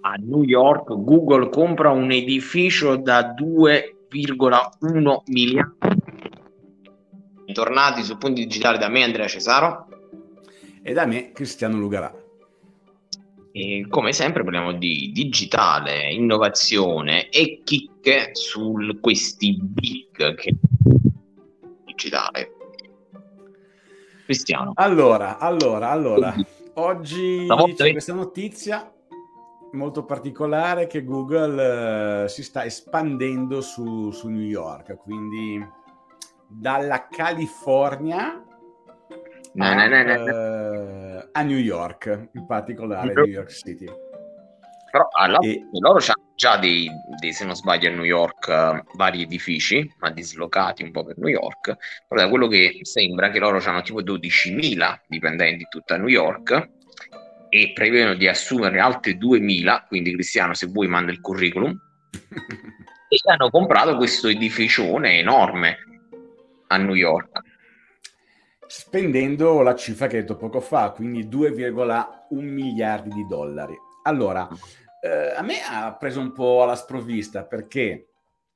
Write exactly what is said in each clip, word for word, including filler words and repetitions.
a New York Google compra un edificio da due virgola uno miliardi. Bentornati su Punti Digitali, da me Andrea Cesaro e da me Cristiano Lugarà. E come sempre parliamo di digitale, innovazione e chicche su questi big che digitale. Cristiano. Allora, allora, allora, oggi Stavolta c'è questa notizia molto particolare che Google eh, si sta espandendo su, su New York, quindi dalla California no, a, no, no, no. Eh, a New York, in particolare no. New York City. Però allora, e... loro hanno già dei, dei, se non sbaglio a New York, uh, vari edifici, ma dislocati un po' per New York. Però da quello che sembra che loro hanno tipo dodicimila dipendenti tutta New York e prevedono di assumerne altri duemila, quindi Cristiano, se vuoi manda il curriculum. E hanno comprato questo edificione enorme a New York, spendendo la cifra che hai detto poco fa, quindi due virgola uno miliardi di dollari. Allora, eh, a me ha preso un po' alla sprovvista perché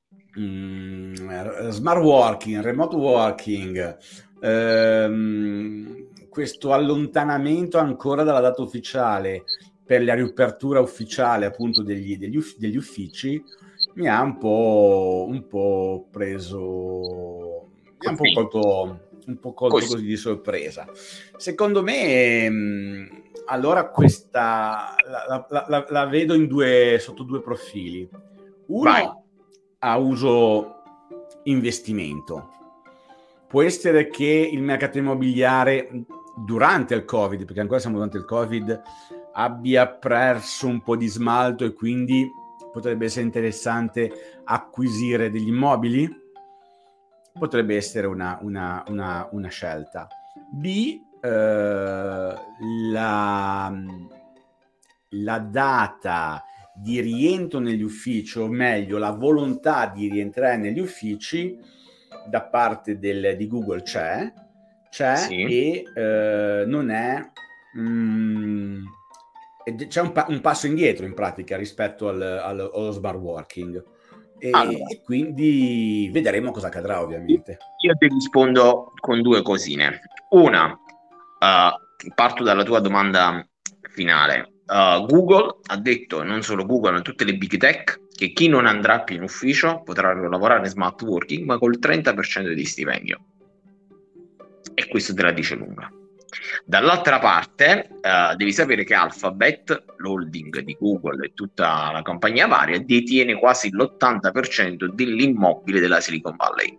mh, smart working, remote working, ehm, questo allontanamento ancora dalla data ufficiale per la riapertura ufficiale appunto degli, degli, uff- degli uffici mi ha un po', un po' preso, mi ha un po' colto, un po' colto così. così di sorpresa. Secondo me, mh, allora questa la, la, la, la vedo in due, sotto due profili. Uno Vai. a uso investimento. Può essere che il mercato immobiliare durante il Covid, perché ancora siamo durante il Covid, abbia perso un po' di smalto e quindi potrebbe essere interessante acquisire degli immobili? Potrebbe essere una, una, una, una scelta. B, eh, la, la data di rientro negli uffici, o meglio, la volontà di rientrare negli uffici da parte del, di Google c'è, c'è sì. e eh, non è... Mm, c'è un, pa- un passo indietro in pratica rispetto al, al, allo smart working e, allora. e quindi vedremo cosa accadrà, ovviamente. Io ti rispondo con due cosine. Una, uh, parto dalla tua domanda finale. Uh, Google ha detto, non solo Google, ma tutte le big tech, che chi non andrà più in ufficio potrà lavorare in smart working, ma col trenta per cento di stipendio. E questo te la dice lunga. Dall'altra parte uh, devi sapere che Alphabet, l'holding di Google e tutta la compagnia varia, detiene quasi l'ottanta per cento dell'immobile della Silicon Valley.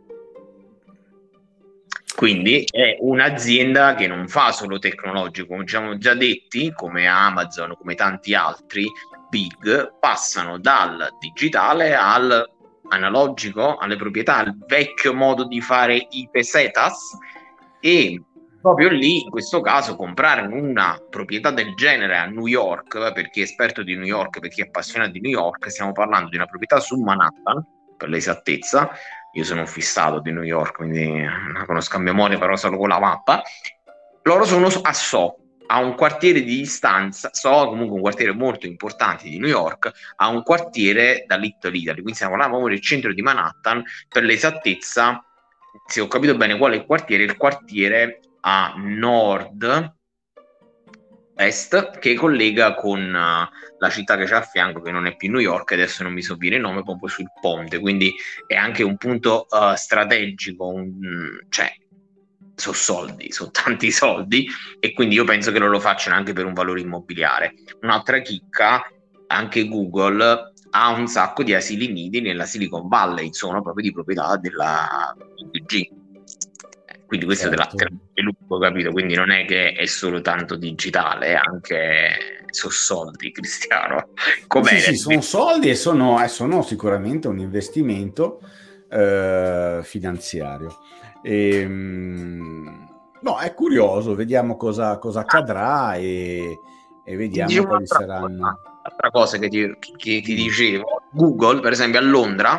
Quindi è un'azienda che non fa solo tecnologico, come ci siamo già detti, come Amazon, come tanti altri big, passano dal digitale al analogico, alle proprietà, al vecchio modo di fare i pesetas, e proprio lì, in questo caso, comprare una proprietà del genere a New York, per chi è esperto di New York, per chi è appassionato di New York, stiamo parlando di una proprietà su Manhattan, per l'esattezza. Io sono un fissato di New York, quindi la conosco a memoria, però solo con la mappa. Loro sono a So, a un quartiere di distanza, So comunque un quartiere molto importante di New York, a un quartiere da Little Italy, quindi stiamo parlando del centro di Manhattan, per l'esattezza, se ho capito bene qual è il quartiere, il quartiere a nord est che collega con uh, la città che c'è a fianco, che non è più New York, adesso non mi sovviene il nome, proprio sul ponte, quindi è anche un punto uh, strategico, un, cioè sono soldi, sono tanti soldi, e quindi io penso che non lo facciano anche per un valore immobiliare. Un'altra chicca, anche Google ha un sacco di asili nidi nella Silicon Valley, sono proprio di proprietà della U G. Quindi questo certo. te la sviluppo, capito? Quindi non è che è solo tanto digitale, è anche sono soldi, Cristiano. Com'è? Sì, sì, sono soldi e sono, eh, sono sicuramente un investimento eh, finanziario. E, mh, no, è curioso, vediamo cosa, cosa accadrà e, e vediamo Dicevo quali saranno. Altra cosa che ti, che ti dicevo, Google, per esempio, a Londra,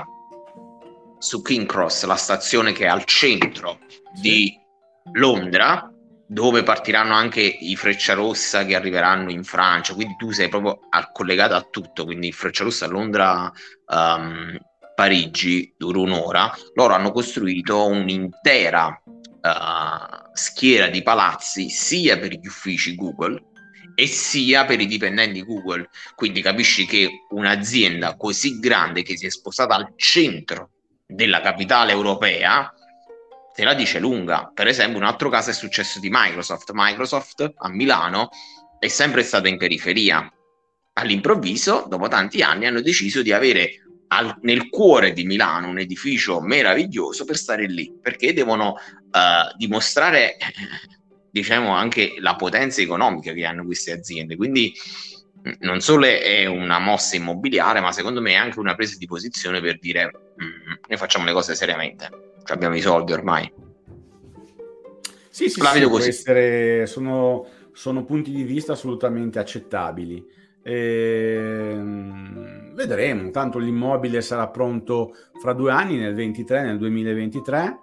su King Cross, la stazione che è al centro sì. di Londra, dove partiranno anche i Frecciarossa che arriveranno in Francia, quindi tu sei proprio collegato a tutto, quindi il Frecciarossa a Londra, um, Parigi dura un'ora. Loro hanno costruito un'intera uh, schiera di palazzi sia per gli uffici Google e sia per i dipendenti Google, quindi capisci che un'azienda così grande che si è spostata al centro della capitale europea te la dice lunga. Per esempio, un altro caso è successo di Microsoft. Microsoft a Milano è sempre stata in periferia. All'improvviso, dopo tanti anni, hanno deciso di avere al, nel cuore di Milano un edificio meraviglioso per stare lì, perché devono uh, dimostrare, diciamo, anche la potenza economica che hanno queste aziende. Quindi non solo è una mossa immobiliare, ma secondo me è anche una presa di posizione per dire mm, noi facciamo le cose seriamente. Abbiamo i soldi ormai. Sì, sì, la sì, vedo può così. essere, sono, sono punti di vista assolutamente accettabili. Ehm, vedremo, tanto l'immobile sarà pronto fra due anni, nel ventitré, nel duemilaventitré,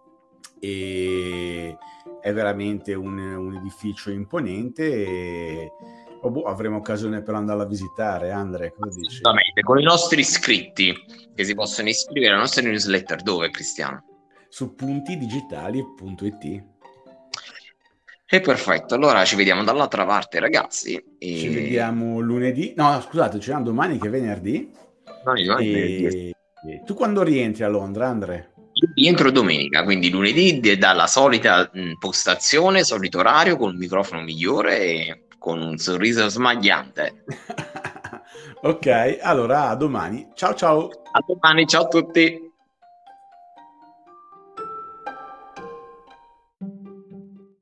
e è veramente un, un edificio imponente e oh, boh, avremo occasione per andarla a visitare. Andre, cosa dici? Assolutamente, con i nostri iscritti che si possono iscrivere alla nostra newsletter. Dove, Cristiano? Su puntidigitali punto it. E perfetto, allora ci vediamo dall'altra parte, ragazzi. E... ci vediamo lunedì, no scusate, ci vediamo domani che è venerdì. No, io e... e tu quando rientri a Londra, Andre? Io rientro domenica, quindi lunedì dalla solita mh, postazione, solito orario, con un microfono migliore e con un sorriso smagliante. Ok, allora a domani. Ciao ciao. A domani, ciao a tutti.